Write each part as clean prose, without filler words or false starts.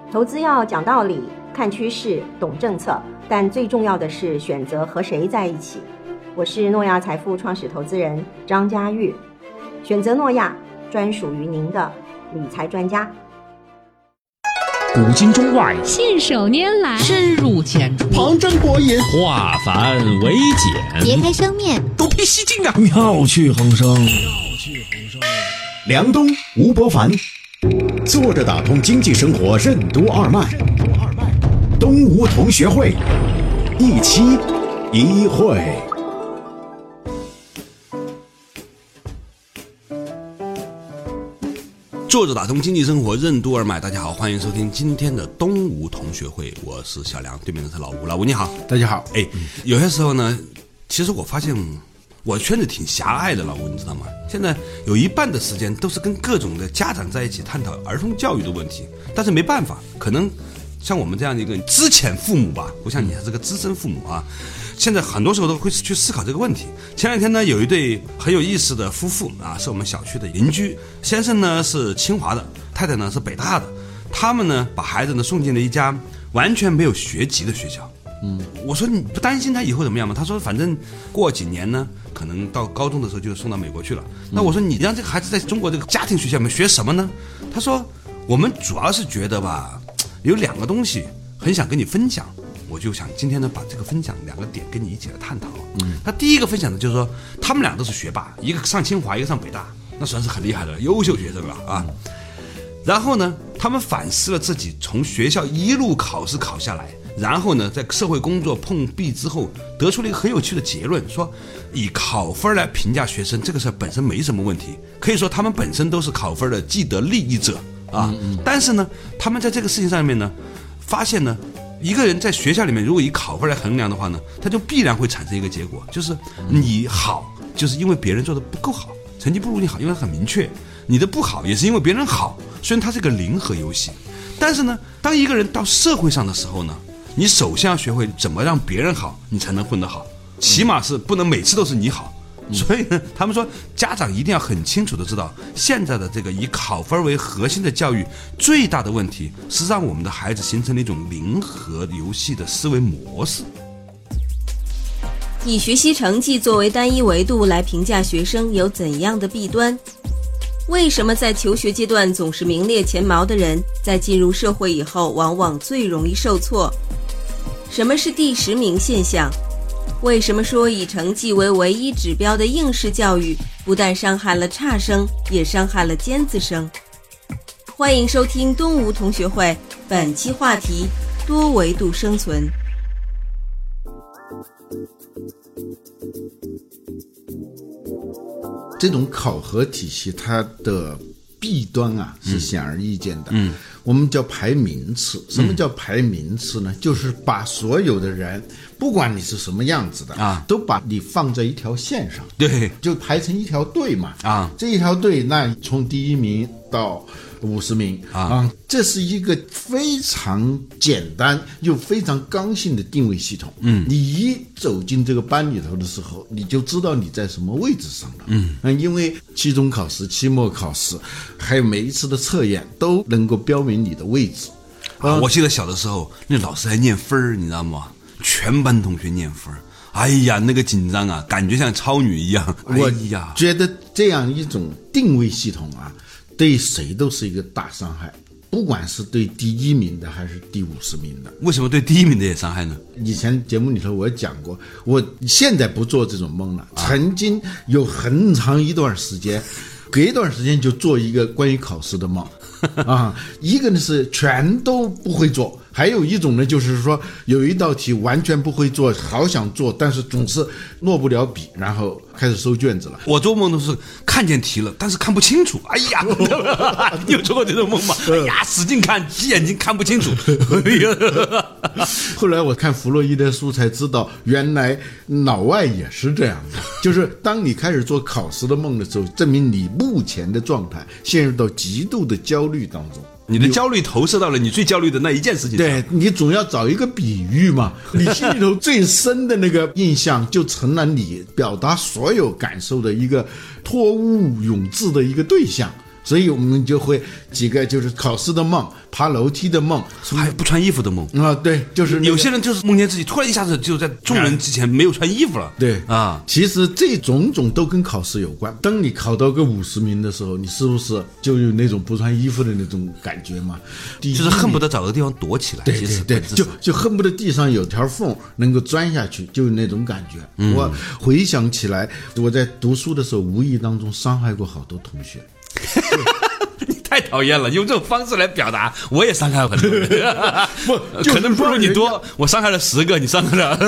投资要讲道理，看趋势，懂政策，但最重要的是选择和谁在一起。我是诺亚财富创始投资人张嘉玉，选择诺亚，专属于您的理财专家。 古今中外， 信手拈来， 深入浅出， 旁征博引， 化繁为简， 别开生面， 独辟蹊径啊， 妙趣横生。梁冬、吴伯凡，坐着打通经济生活任督二脉。东吴同学会，一期一会。 坐着打通经济生活任督二脉，大家好，欢迎收听今天的东吴同学会，我是小梁，对面的是老吴。老吴你好。 大家好。 有些时候呢，其实我发现我圈子挺狭隘的，老吴你知道吗？现在有一半的时间都是跟各种的家长在一起探讨儿童教育的问题，但是没办法，可能像我们这样的一个资浅父母吧，不像你还是个资深父母啊，现在很多时候都会去思考这个问题。前两天呢，有一对很有意思的夫妇啊，是我们小区的邻居，先生呢是清华的，太太呢是北大的，他们呢把孩子呢送进了一家完全没有学籍的学校。我说你不担心他以后怎么样吗？他说反正过几年呢，可能到高中的时候就送到美国去了。那我说你让这个孩子在中国这个家庭学校里面学什么呢？他说我们主要是觉得吧，有两个东西很想跟你分享，我就想今天呢把这个分享两个点跟你一起来探讨。他第一个分享的就是说，他们俩都是学霸，一个上清华，一个上北大，那算是很厉害的优秀学生了啊。然后呢，他们反思了自己从学校一路考试考下来，然后呢，在社会工作碰壁之后，得出了一个很有趣的结论，说以考分来评价学生这个事本身没什么问题，可以说他们本身都是考分的既得利益者啊。但是呢，他们在这个事情上面呢，发现呢，一个人在学校里面如果以考分来衡量的话呢，他就必然会产生一个结果，就是你好，就是因为别人做的不够好，成绩不如你好，因为很明确，你的不好也是因为别人好，虽然它是个零和游戏。但是呢，当一个人到社会上的时候呢，你首先要学会怎么让别人好，你才能混得好，起码是不能每次都是你好。所以呢，他们说家长一定要很清楚的知道，现在的这个以考分为核心的教育最大的问题是让我们的孩子形成了一种零和游戏的思维模式。 以学习成绩作为单一维度来评价学生有怎样的弊端？为什么在求学阶段总是名列前茅的人，在进入社会以后往往最容易受挫？什么是第10名现象？为什么说以成绩为唯一指标的应试教育不但伤害了差生，也伤害了尖子生？欢迎收听东吴同学会，本期话题：多维度生存。 这种考核体系它的弊端啊是显而易见的。我们叫排名次。什么叫排名次呢？就是把所有的人，不管你是什么样子的啊，都把你放在一条线上， 对， 就排成一条队嘛啊。 这一条队，那从第1名到50名啊，这是一个非常简单又非常刚性的定位系统。你一走进这个班里头的时候，你就知道你在什么位置上了。因为期中考试、期末考试，还有每一次的测验，都能够标明你的位置。 我记得小的时候，那老师还念分，你知道吗？全班同学念分。哎呀，那个紧张啊，感觉像超女一样。 我觉得这样一种定位系统啊，对谁都是一个大伤害，不管是对第1名的还是第50名的。 为什么对第1名的也伤害呢？ 以前节目里头我讲过，我现在不做这种梦了。曾经有很长一段时间，隔一段时间就做一个关于考试的梦啊。一个呢是全都不会做，还有一种呢就是说有一道题完全不会做，好想做，但是总是落不了笔，然后开始收卷子了。 我做梦都是看见题了，但是看不清楚。哎呀，你有做过这种梦吗？哎呀，使劲看，挤眼睛看不清楚。 后来我看弗洛伊德书才知道，原来脑外也是这样的，就是当你开始做考试的梦的时候，证明你目前的状态陷入到极度的焦虑当中。 你的焦虑投射到了你最焦虑的那一件事情上。 对，你总要找一个比喻嘛，你心里头最深的那个印象就成了你表达所有感受的一个托物咏志的一个对象。 所以我们就会几个就是考试的梦、爬楼梯的梦， 还有不穿衣服的梦啊，对，就是有些人就是梦见自己突然一下子就在众人之前没有穿衣服了。 对啊， 其实这种都跟考试有关。当你考到个50名的时候，你是不是就有那种不穿衣服的那种感觉嘛？ 就是恨不得找个地方躲起来。 对对对，就恨不得地上有条缝能够钻下去，就有那种感觉。我回想起来，我在读书的时候无意当中伤害过好多同学。 你太讨厌了，用这种方式来表达，我也伤害了很多人。可能不如你多，我伤害了10个，你伤害了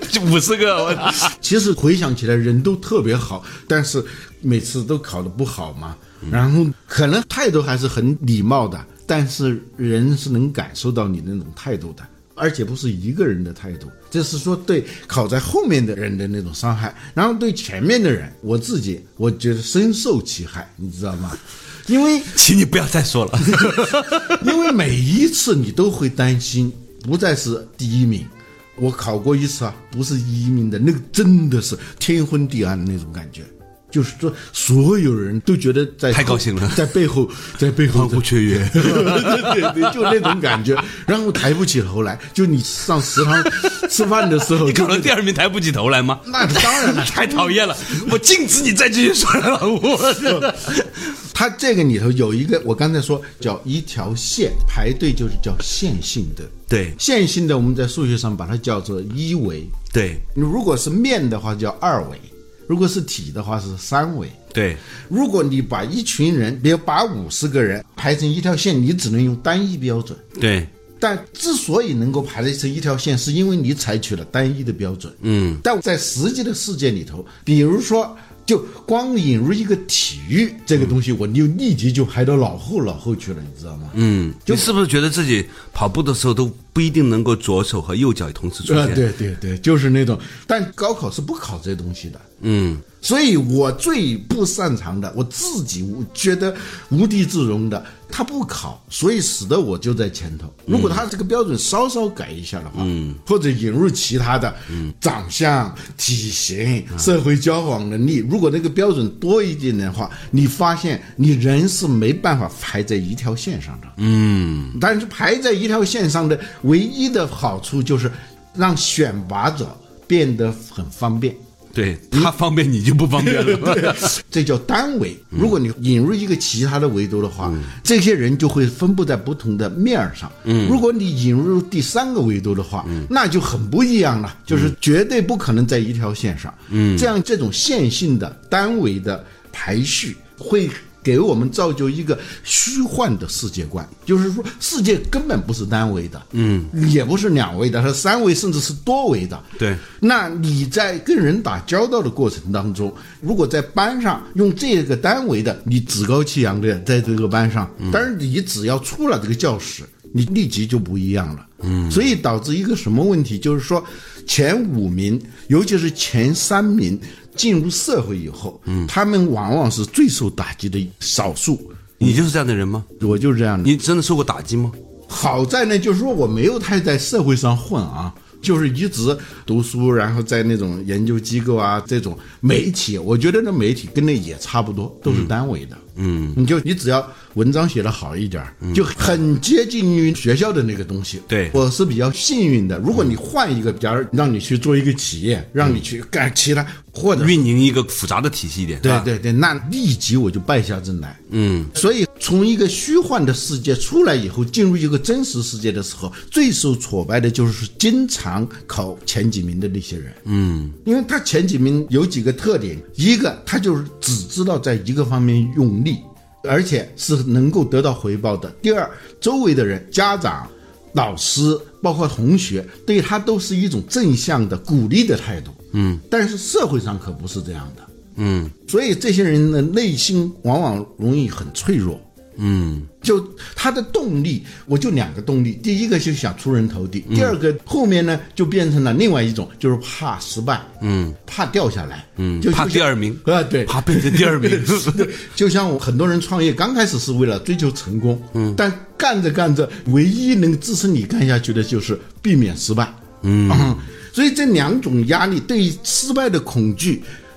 50个。 其实回想起来，人都特别好，但是每次都考得不好嘛。然后可能态度还是很礼貌的，但是人是能感受到你那种态度的。而且不是一个人的态度，这是说对考在后面的人的那种伤害，然后对前面的人，我自己我觉得深受其害，你知道吗？因为请你不要再说了。 因为每一次你都会担心不再是第1名。我考过一次啊，不是1名的，那个真的是天昏地暗的那种感觉。就是说，所有人都觉得太高兴了， 在背后欢呼雀跃， 对，就那种感觉，然后抬不起头来。就你上食堂吃饭的时候， 你考了第2名抬不起头来吗？ 那当然了， 太讨厌了，我禁止你再继续说了。 他这个里头有一个，我刚才说叫一条线，排队就是叫线性的。 对， 线性的我们在数学上把它叫做1维。 对， 如果是面的话叫2维。如果是体的话是3维。 对， 如果你把一群人，比如把50个人排成一条线，你只能用单一标准。 对， 但之所以能够排成一条线，是因为你采取了单一的标准。但在实际的世界里头，比如说就光引入一个体育这个东西，我就立即就排到脑后去了，你知道吗？ 你是不是觉得自己跑步的时候都不一定能够左手和右脚同时出现？ 对，就是那种。但高考是不考这些东西的。所以我最不擅长的，我自己觉得无地自容的，他不考，所以使得我就在前头。如果他这个标准稍稍改一下的话，或者引入其他的，长相、体型、社会交往能力，如果那个标准多一点的话，你发现你人是没办法排在一条线上的。但是排在一条线上的唯一的好处就是让选拔者变得很方便。 对，他方便你就不方便了。 这叫单维。如果你引入一个其他的维度的话，这些人就会分布在不同的面上。如果你引入第3个维度的话，那就很不一样了，就是绝对不可能在一条线上。这种线性的单维的排序会给我们造就一个虚幻的世界观，就是说世界根本不是单维的，也不是2维的，它3维甚至是多维的。 对， 那你在跟人打交道的过程当中，如果在班上用这个单维的，你趾高气扬的在这个班上，但是你只要出了这个教室，你立即就不一样了。所以导致一个什么问题，就是说前5名，尤其是前3名进入社会以后，他们往往是最受打击的少数。 你就是这样的人吗？ 我就是这样的。 你真的受过打击吗？ 好在呢，就是说我没有太在社会上混啊，就是一直读书，然后在那种研究机构啊，这种媒体，我觉得那媒体跟那也差不多，都是单维的。你只要文章写得好一点，就很接近于学校的那个东西。 对， 我是比较幸运的。如果你换一个，假如让你去做一个企业，让你去干其他或者运营一个复杂的体系一点， 对，那立即我就败下阵来。所以从一个虚幻的世界出来以后，进入一个真实世界的时候，最受挫败的就是经常考前几名的那些人。因为他前几名有几个特点，一个他就是只知道在一个方面用力，而且是能够得到回报的。第二，周围的人、家长、老师包括同学对他都是一种正向的鼓励的态度。但是社会上可不是这样的。所以这些人的内心往往容易很脆弱。就他的动力，我就2个动力，第一个就是想出人头地，第二个后面呢就变成了另外一种，就是怕失败，怕掉下来，就怕第2名啊，对， 怕变成第2名。 就像我很多人创业刚开始是为了追求成功，但干着干着，唯一能支撑你干下去的就是避免失败。所以这2种压力，对于失败的恐惧，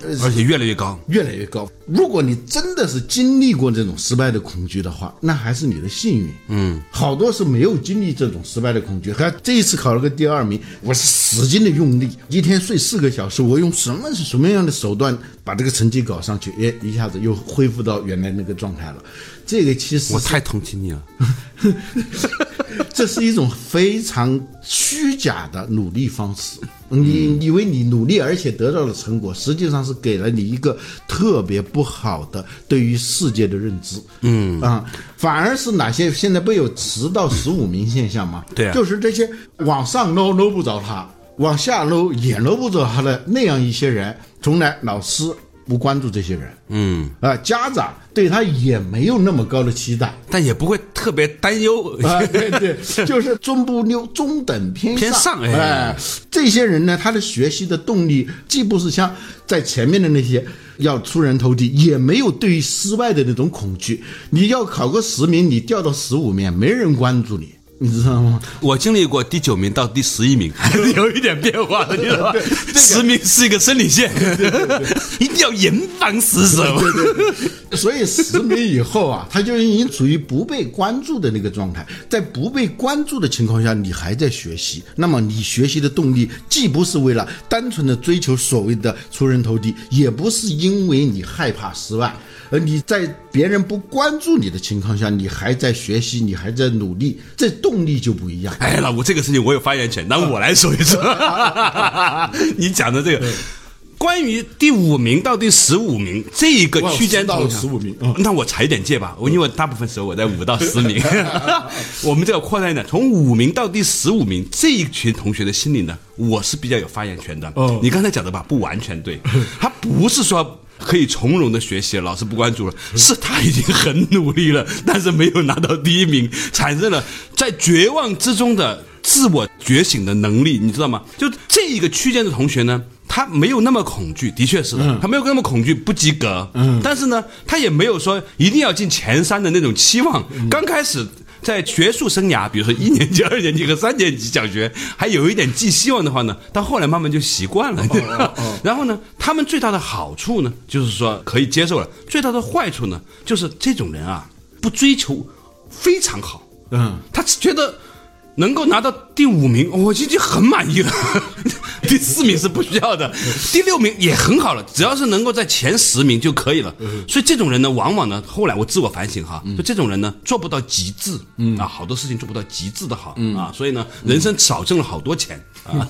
而且越来越高。 越来越高。如果你真的是经历过这种失败的恐惧的话，那还是你的幸运。好多是没有经历这种失败的恐惧。还这一次考了个第2名，我是使劲的用力，一天睡4个小时，我用什么样的手段把这个成绩搞上去，一下子又恢复到原来那个状态了。这个其实我太同情你了。 这是一种非常虚假的努力方式。你以为你努力而且得到了成果，实际上是给了你一个特别不好的对于世界的认知。反而是哪些现在不有10到15名现象吗？ 对啊， 就是这些往上搂不着他，往下搂也搂不着他的那样一些人，从来老师不关注这些人。家长对他也没有那么高的期待， 但也不会特别担忧。 对，就是中不溜，中等偏上。这些人呢，他的学习的动力既不是像在前面的那些要出人头地，也没有对于失败的那种恐惧。你要考个10名，你掉到15名，没人关注你。你知道吗？ 我经历过第9名到第11名，还是有一点变化的，你知道吗？10名是一个生理线，一定要严防死守。 对，所以10名以后啊，他就已经处于不被关注的那个状态。在不被关注的情况下，你还在学习，那么你学习的动力既不是为了单纯的追求所谓的出人头地，也不是因为你害怕失败。而你在别人不关注你的情况下，你还在学习，你还在努力，这动力就不一样。 老吴，这个事情我有发言权，让我来说一说。你讲的这个关于第5名到第15名这一个区间到15名， 那我踩点界吧，因为大部分时候我在5到10名。我们这个扩大一点，从5名到第15名这一群同学的心里呢，我是比较有发言权的。你刚才讲的吧，不完全对，他不是说可以从容的学习，老师不关注了，是他已经很努力了，但是没有拿到第1名，产生了在绝望之中的自我觉醒的能力，你知道吗？就这一个区间的同学呢，他没有那么恐惧，的确是的，他没有那么恐惧不及格，但是呢，他也没有说一定要进前3的那种期望。刚开始在学术生涯，比如说1年级、2年级和3年级讲学，还有一点寄希望的话呢，到后来慢慢就习惯了。然后呢，他们最大的好处呢，就是说可以接受了；最大的坏处呢，就是这种人啊，不追求非常好，他只觉得能够拿到第5名，我已经很满意了。第4名是不需要的，第6名也很好了，只要是能够在前10名就可以了。所以这种人呢，往往呢，后来我自我反省哈，就这种人呢，做不到极致，好多事情做不到极致的好，所以呢，人生少挣了好多钱。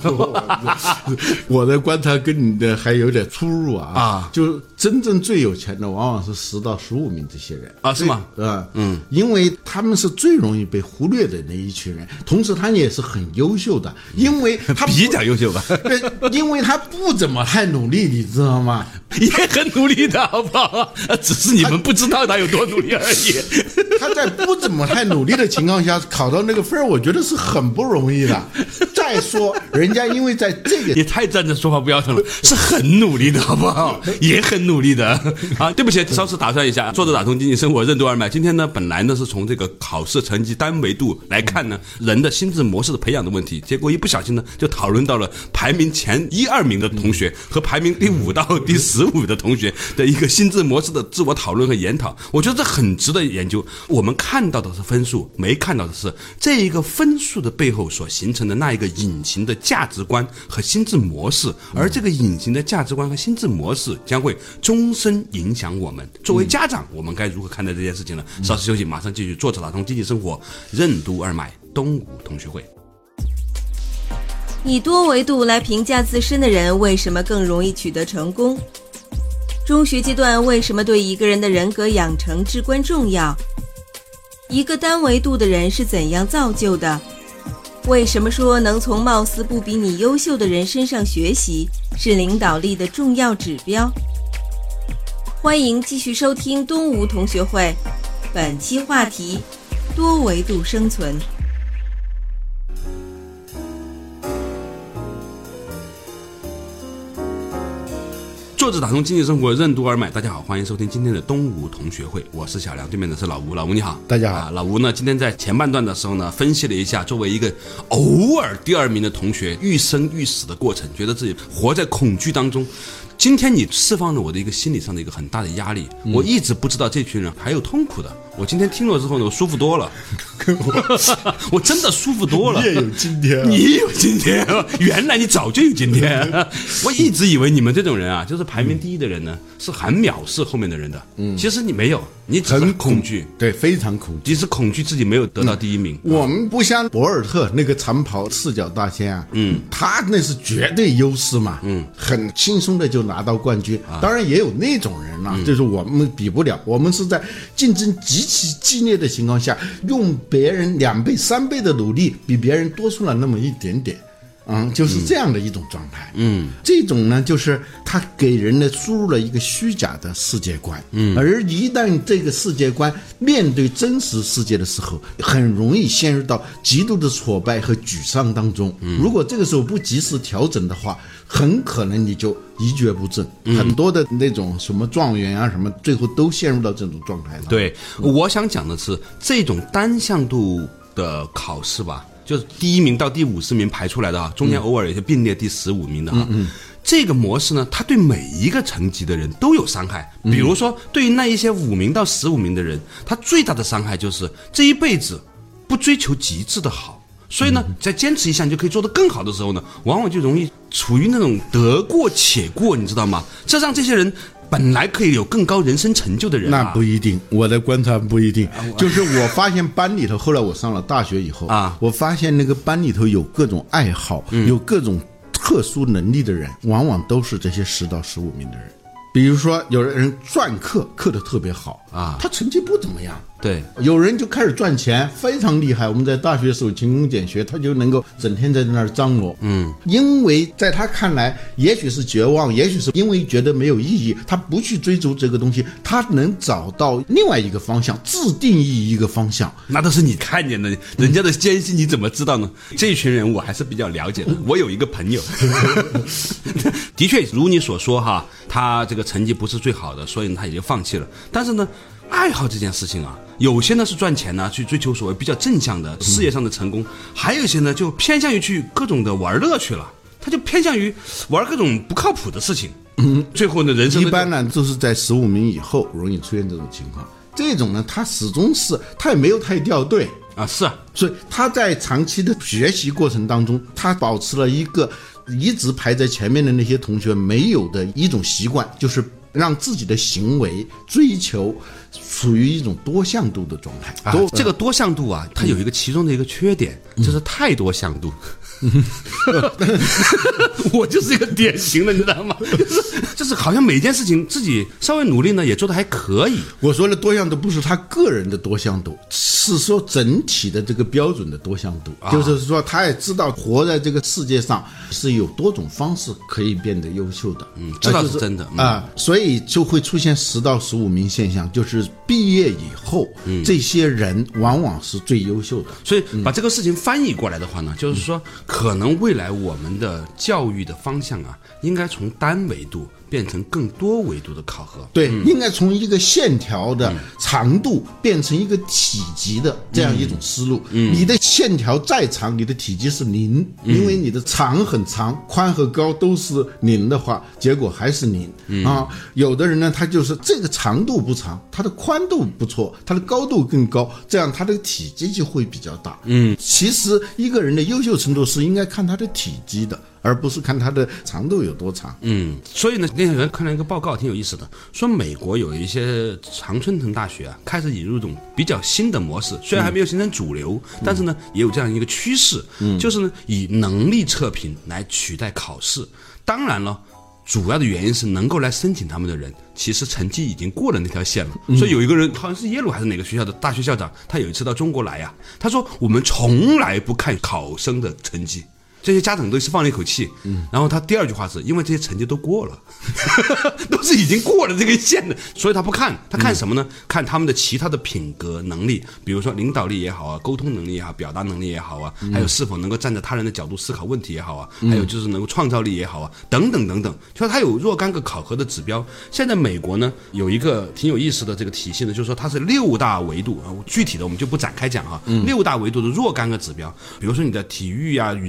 我的观察跟你的还有点出入啊，就真正最有钱的往往是10到15名这些人啊，是吗？ 因为他们是最容易被忽略的那一群人，同时他也是很优秀的，因为他比较优秀吧。 因为他不怎么太努力，你知道吗？ 也很努力的，好不好？只是你们不知道他有多努力而已。 他在不怎么太努力的情况下考到那个分，我觉得是很不容易的。再说，人家因为在这个也太站着说话不腰疼了，是很努力的，好不好？也很努力的啊！对不起，稍事打断一下，作者打通经济生活任督二脉。今天呢，本来呢是从这个考试成绩单维度来看呢，人的心智模式的培养的问题，结果一不小心呢，就讨论到了排名前1、2名的同学和排名第5到第15的同学的一个心智模式的自我讨论和研讨。我觉得这很值得研究。我们看到的是分数，没看到的是这一个分数的背后所形成的那一个隐形的价值观和心智模式，而这个隐形的价值观和心智模式将会终身影响我们。作为家长，我们该如何看待这件事情呢？稍事休息，马上继续。作者打通经济生活任督二脉东吴同学会。 以多维度来评价自身的人为什么更容易取得成功？中学阶段为什么对一个人的人格养成至关重要？一个单维度的人是怎样造就的？为什么说能从貌似不比你优秀的人身上学习是领导力的重要指标？欢迎继续收听东吴同学会，本期话题：多维度生存。 作者打通经济生活任督二脉，大家好，欢迎收听今天的东吴同学会，我是小梁，对面的是老吴。老吴你好。 大家好。 老吴呢，今天在前半段的时候呢，分析了一下作为一个偶尔第2名的同学欲生欲死的过程，觉得自己活在恐惧当中， 今天你释放了我的一个心理上的一个很大的压力，我一直不知道这群人还有痛苦的。我今天听了之后呢，我舒服多了，我真的舒服多了。 你也有今天啊， 你也有今天，原来你早就有今天。我一直以为你们这种人啊，就是排名第一的人呢，是很藐视后面的人的。其实你没有，你只是很恐惧， 对，非常恐惧。 你是恐惧自己没有得到第一名。 我们不像博尔特那个长袍赤脚大仙啊，他那是绝对优势嘛，很轻松的就拿到冠军。当然也有那种人啊，就是我们比不了，我们是在竞争极其激烈的情况下，用别人2倍3倍的努力，比别人多出了那么一点点。就是这样的一种状态。这种呢，就是他给人呢输入了一个虚假的世界观。而一旦这个世界观面对真实世界的时候，很容易陷入到极度的挫败和沮丧当中。如果这个时候不及时调整的话，很可能你就一蹶不振。很多的那种什么状元啊什么，最后都陷入到这种状态了。 对，我想讲的是这种单向度的考试吧。就是第1名到第50名排出来的啊，中间偶尔有些并列第15名的啊。这个模式呢，它对每一个层级的人都有伤害。比如说，对于那一些5名到15名的人，他最大的伤害就是这一辈子不追求极致的好。所以呢，在坚持一项就可以做得更好的时候呢，往往就容易处于那种得过且过，你知道吗？这让这些人本来可以有更高人生成就的人那不一定，我的观察不一定。就是我发现班里头，后来我上了大学以后我发现那个班里头有各种爱好，有各种特殊能力的人，往往都是这些10到15名的人。比如说有人篆刻刻得特别好他成绩不怎么样。 对， 有人就开始赚钱，非常厉害。我们在大学的时候勤工俭学，他就能够整天在那儿张罗。因为在他看来，也许是绝望，也许是因为觉得没有意义，他不去追逐这个东西，他能找到另外一个方向，自定义一个方向。 那都是你看见的，人家的艰辛你怎么知道呢？这一群人我还是比较了解的。我有一个朋友，的确如你所说哈，他这个成绩不是最好的，所以他也就放弃了。但是呢，爱好这件事情啊，有些呢是赚钱呢，去追求所谓比较正向的事业上的成功，还有一些呢就偏向于去各种的玩乐去了，他就偏向于玩各种不靠谱的事情。最后呢，人生一般呢都是在15名以后容易出现这种情况。这种呢，他始终是他也没有太掉队是啊， 所以他在长期的学习过程当中，他保持了一个一直排在前面的那些同学没有的一种习惯，就是让自己的行为追求处于一种多向度的状态。 这个多向度啊，它有一个其中的一个缺点，就是太多向度。我就是一个典型的，你知道吗？就是好像每件事情自己稍微努力呢，也做得还可以。 我说的多向度不是他个人的多向度，是说整体的这个标准的多向度。就是说他也知道活在这个世界上是有多种方式可以变得优秀的。 这倒是真的所以就会出现10到15名现象，就是毕业以后这些人往往是最优秀的。 所以把这个事情翻译过来的话呢，就是说可能未来我们的教育的方向啊，应该从单维度变成更多维度的考核。 对，应该从一个线条的长度变成一个体积的这样一种思路。你的线条再长，你的体积是0，因为你的长很长，宽和高都是0的话，结果还是0。有的人呢，他就是这个长度不长，他的宽度不错，他的高度更高，这样他的体积就会比较大。其实一个人的优秀程度是应该看他的体积的，而不是看它的长度有多长。 所以呢，那天看了一个报告挺有意思的，说美国有一些常春藤大学开始引入一种比较新的模式，虽然还没有形成主流，但是呢也有这样一个趋势，就是呢以能力测评来取代考试。当然了，主要的原因是能够来申请他们的人其实成绩已经过了那条线了。所以有一个人好像是耶鲁还是哪个学校的大学校长，他有一次到中国来呀，他说我们从来不看考生的成绩。这些家长都是放了一口气，然后他第二句话是因为这些成绩都过了，都是已经过了这个线的，所以他不看，他看什么呢？看他们的其他的品格能力，比如说领导力也好啊，沟通能力也好，表达能力也好啊，还有是否能够站在他人的角度思考问题也好啊，还有就是能够创造力也好啊，等等等等，就是他有若干个考核的指标。现在美国呢有一个挺有意思的这个体系呢，就是说它是6大维度具体的我们就不展开讲6大维度的若干个指标，比如说你的体育啊、与人沟通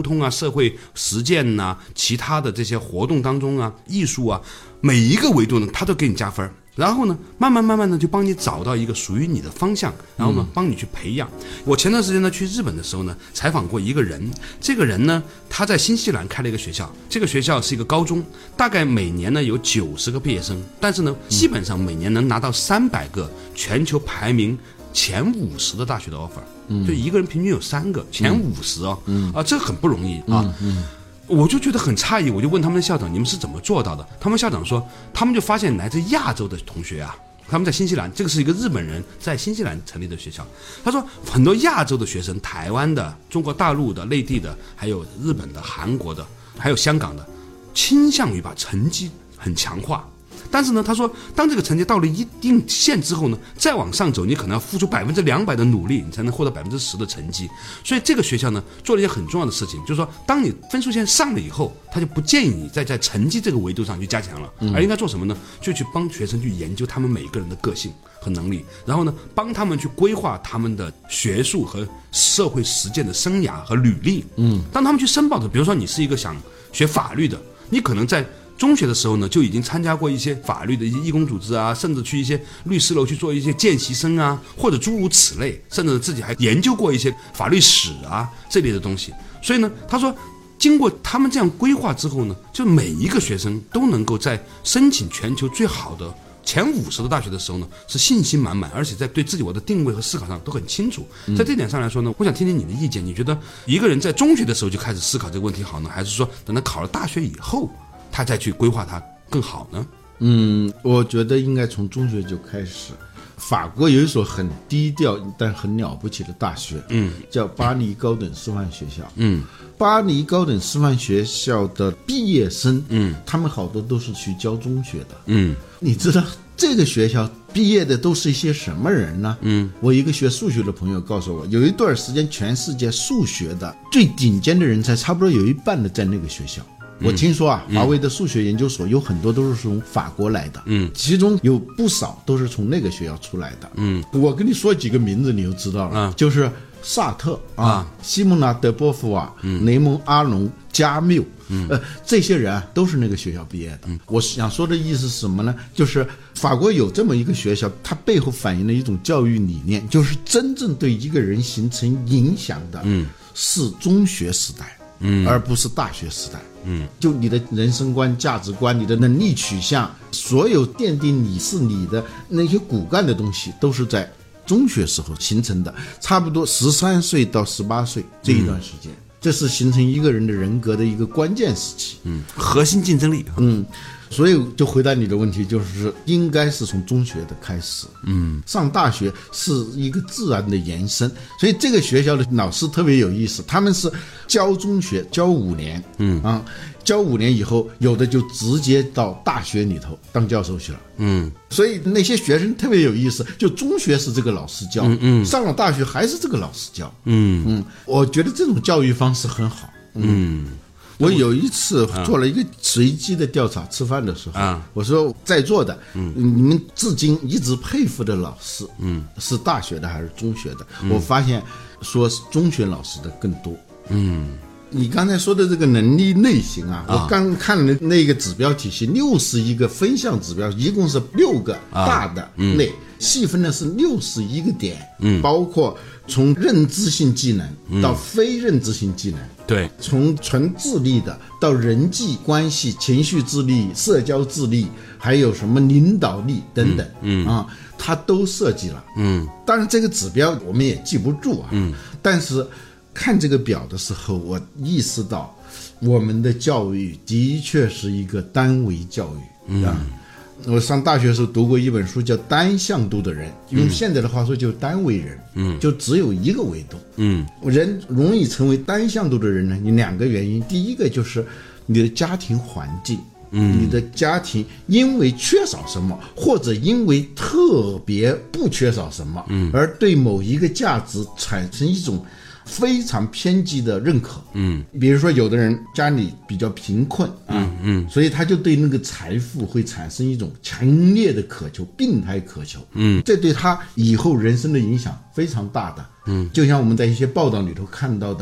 通啊、社会实践呐、其他的这些活动当中啊、艺术啊，每一个维度呢，它都给你加分。然后呢，慢慢的就帮你找到一个属于你的方向，然后呢，帮你去培养。我前段时间呢去日本的时候呢，采访过一个人，这个人呢，他在新西兰开了一个学校，这个学校是一个高中，大概每年呢有90个毕业生，但是呢，基本上每年能拿到300个全球排名前50的大学的 offer，就一个人平均有3个，前50哦，这很不容易啊。我就觉得很诧异，我就问他们的校长，你们是怎么做到的？他们校长说，他们就发现来自亚洲的同学啊，他们在新西兰，这个是一个日本人在新西兰成立的学校。他说很多亚洲的学生，台湾的、中国大陆的、内地的，还有日本的、韩国的，还有香港的，倾向于把成绩很强化。但是呢，他说，当这个成绩到了一定线之后呢，再往上走，你可能要付出200%的努力，你才能获得10%的成绩。所以这个学校呢，做了一件很重要的事情，就是说，当你分数线上了以后，他就不建议你再在成绩这个维度上去加强了，而应该做什么呢？就去帮学生去研究他们每个人的个性和能力，然后呢，帮他们去规划他们的学术和社会实践的生涯和履历。当他们去申报的，比如说你是一个想学法律的，你可能在中学的时候呢，就已经参加过一些法律的一些义工组织啊，甚至去一些律师楼去做一些见习生啊，或者诸如此类，甚至自己还研究过一些法律史啊这类的东西。所以呢，他说，经过他们这样规划之后呢，就每一个学生都能够在申请全球最好的前50的大学的时候呢，是信心满满，而且在对自己我的定位和思考上都很清楚。在这点上来说呢，我想听听你的意见。你觉得一个人在中学的时候就开始思考这个问题好呢，还是说等他考了大学以后他再去规划它更好呢？ 我觉得应该从中学就开始。法国有一所很低调但很了不起的大学，叫巴黎高等师范学校。巴黎高等师范学校的毕业生，他们好多都是去教中学的。你知道这个学校毕业的都是一些什么人呢？我一个学数学的朋友告诉我，有一段时间全世界数学的最顶尖的人才差不多有一半的在那个学校。我听说啊，华为的数学研究所有很多都是从法国来的，其中有不少都是从那个学校出来的。我跟你说几个名字你就知道了，就是萨特啊、西蒙娜·德波伏瓦、雷蒙·阿隆、加缪，这些人啊都是那个学校毕业的。我想说的意思是什么呢？就是法国有这么一个学校，它背后反映了一种教育理念，就是真正对一个人形成影响的是中学时代，而不是大学时代。就你的人生观、价值观、你的能力取向，所有奠定你是你的那些骨干的东西，都是在中学时候形成的，差不多13岁到18岁这一段时间，这是形成一个人的人格的一个关键时期。 核心竞争力。 所以就回答你的问题，就是应该是从中学的开始。上大学是一个自然的延伸。所以这个学校的老师特别有意思，他们是教中学教5年，教5年以后，有的就直接到大学里头当教授去了。所以那些学生特别有意思，就中学是这个老师教，上了大学还是这个老师教。我觉得这种教育方式很好。我有一次做了一个随机的调查，吃饭的时候，我说在座的，你们至今一直佩服的老师，是大学的还是中学的？我发现说是中学老师的更多。你刚才说的这个能力类型啊，我刚看了那个指标体系，61个分项指标，一共是6个大的类，细分的是61个点，包括从认知性技能到非认知性技能。 对， 从纯智力的到人际关系、情绪智力、社交智力，还有什么领导力等等，它都涉及了。当然这个指标我们也记不住啊，但是看这个表的时候，我意识到我们的教育的确是一个单维教育啊。我上大学的时候读过一本书叫《单向度的人》，用现在的话说就单维人，就只有一个维度。人容易成为单向度的人呢，有2个原因。第一个就是你的家庭环境，你的家庭因为缺少什么，或者因为特别不缺少什么，而对某一个价值产生一种非常偏激的认可。比如说有的人家里比较贫困所以他就对那个财富会产生一种强烈的渴求，病态渴求。这对他以后人生的影响非常大的。就像我们在一些报道里头看到的，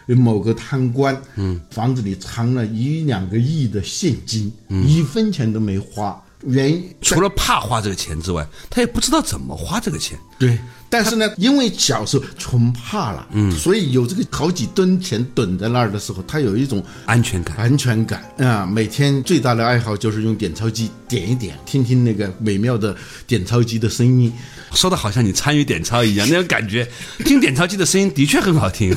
某个贪官，房子里藏了1-2个亿的现金，1分钱都没花。原因除了怕花这个钱之外，他也不知道怎么花这个钱。 对，但是呢，因为小时候纯怕了，所以有这个好几吨钱囤在那儿的时候，他有一种安全感啊！每天最大的爱好就是用点钞机点一点，听听那个美妙的点钞机的声音。 说的好像你参与点钞一样，那种感觉，听点钞机的声音的确很好听。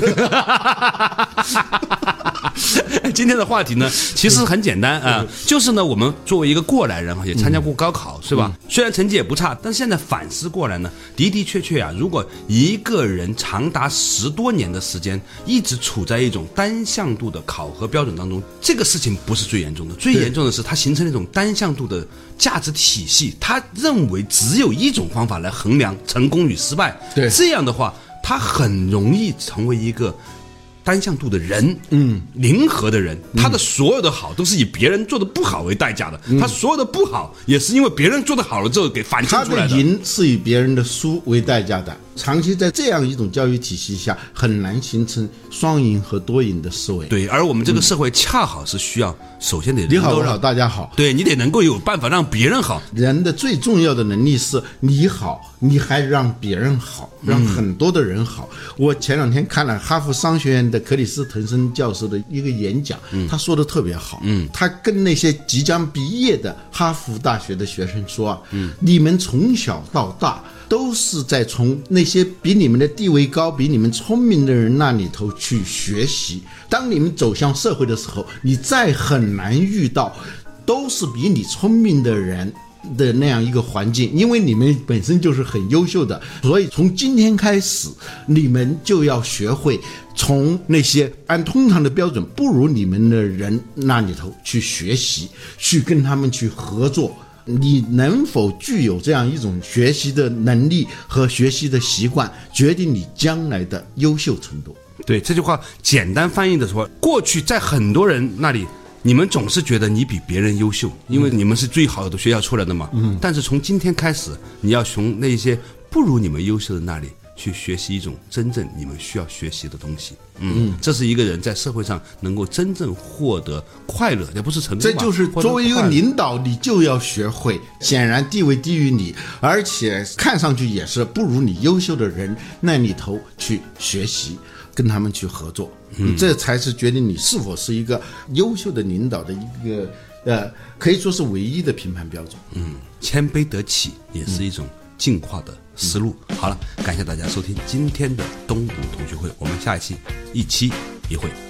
今天的话题呢，其实很简单啊，就是呢，我们作为一个过来人也参加过高考，是吧？虽然成绩也不差，但是现在反思过来呢，的的确确啊，如果一个人长达10多年的时间，一直处在一种单向度的考核标准当中，这个事情不是最严重的，最严重的是它形成了一种单向度的价值体系，他认为只有一种方法来衡量成功与失败， 对， 这样的话，他很容易成为一个单向度的人，零和的人，他的所有的好都是以别人做的不好为代价的，他所有的不好也是因为别人做的好了之后给反衬出来的。 他的赢是以别人的输为代价的。长期在这样一种教育体系下，很难形成双赢和多赢的思维。 对，而我们这个社会恰好是需要，首先得你好我好大家好， 对，你得能够有办法让别人好。 人的最重要的能力是你好，你还让别人好，让很多的人好。我前2天看了哈佛商学院的克里斯滕森教授的一个演讲，他说的特别好。他跟那些即将毕业的哈佛大学的学生说啊，你们从小到大都是在从那些比你们的地位高、比你们聪明的人那里头去学习。当你们走向社会的时候，你再很难遇到都是比你聪明的人的那样一个环境，因为你们本身就是很优秀的。所以从今天开始，你们就要学会从那些按通常的标准不如你们的人那里头去学习，去跟他们去合作。你能否具有这样一种学习的能力和学习的习惯，决定你将来的优秀程度。 对，这句话简单翻译的说，过去在很多人那里，你们总是觉得你比别人优秀，因为你们是最好的学校出来的嘛。但是从今天开始，你要从那些不如你们优秀的那里去学习一种真正你们需要学习的东西。这是一个人在社会上能够真正获得快乐，也不是成功。 这就是作为一个领导，你就要学会，显然地位低于你，而且看上去也是不如你优秀的人那里头去学习，跟他们去合作。这才是决定你是否是一个优秀的领导的一个可以说是唯一的评判标准。 谦卑得起也是一种进化的思路。好了，感谢大家收听今天的东吴同学会，我们下一期一期一会。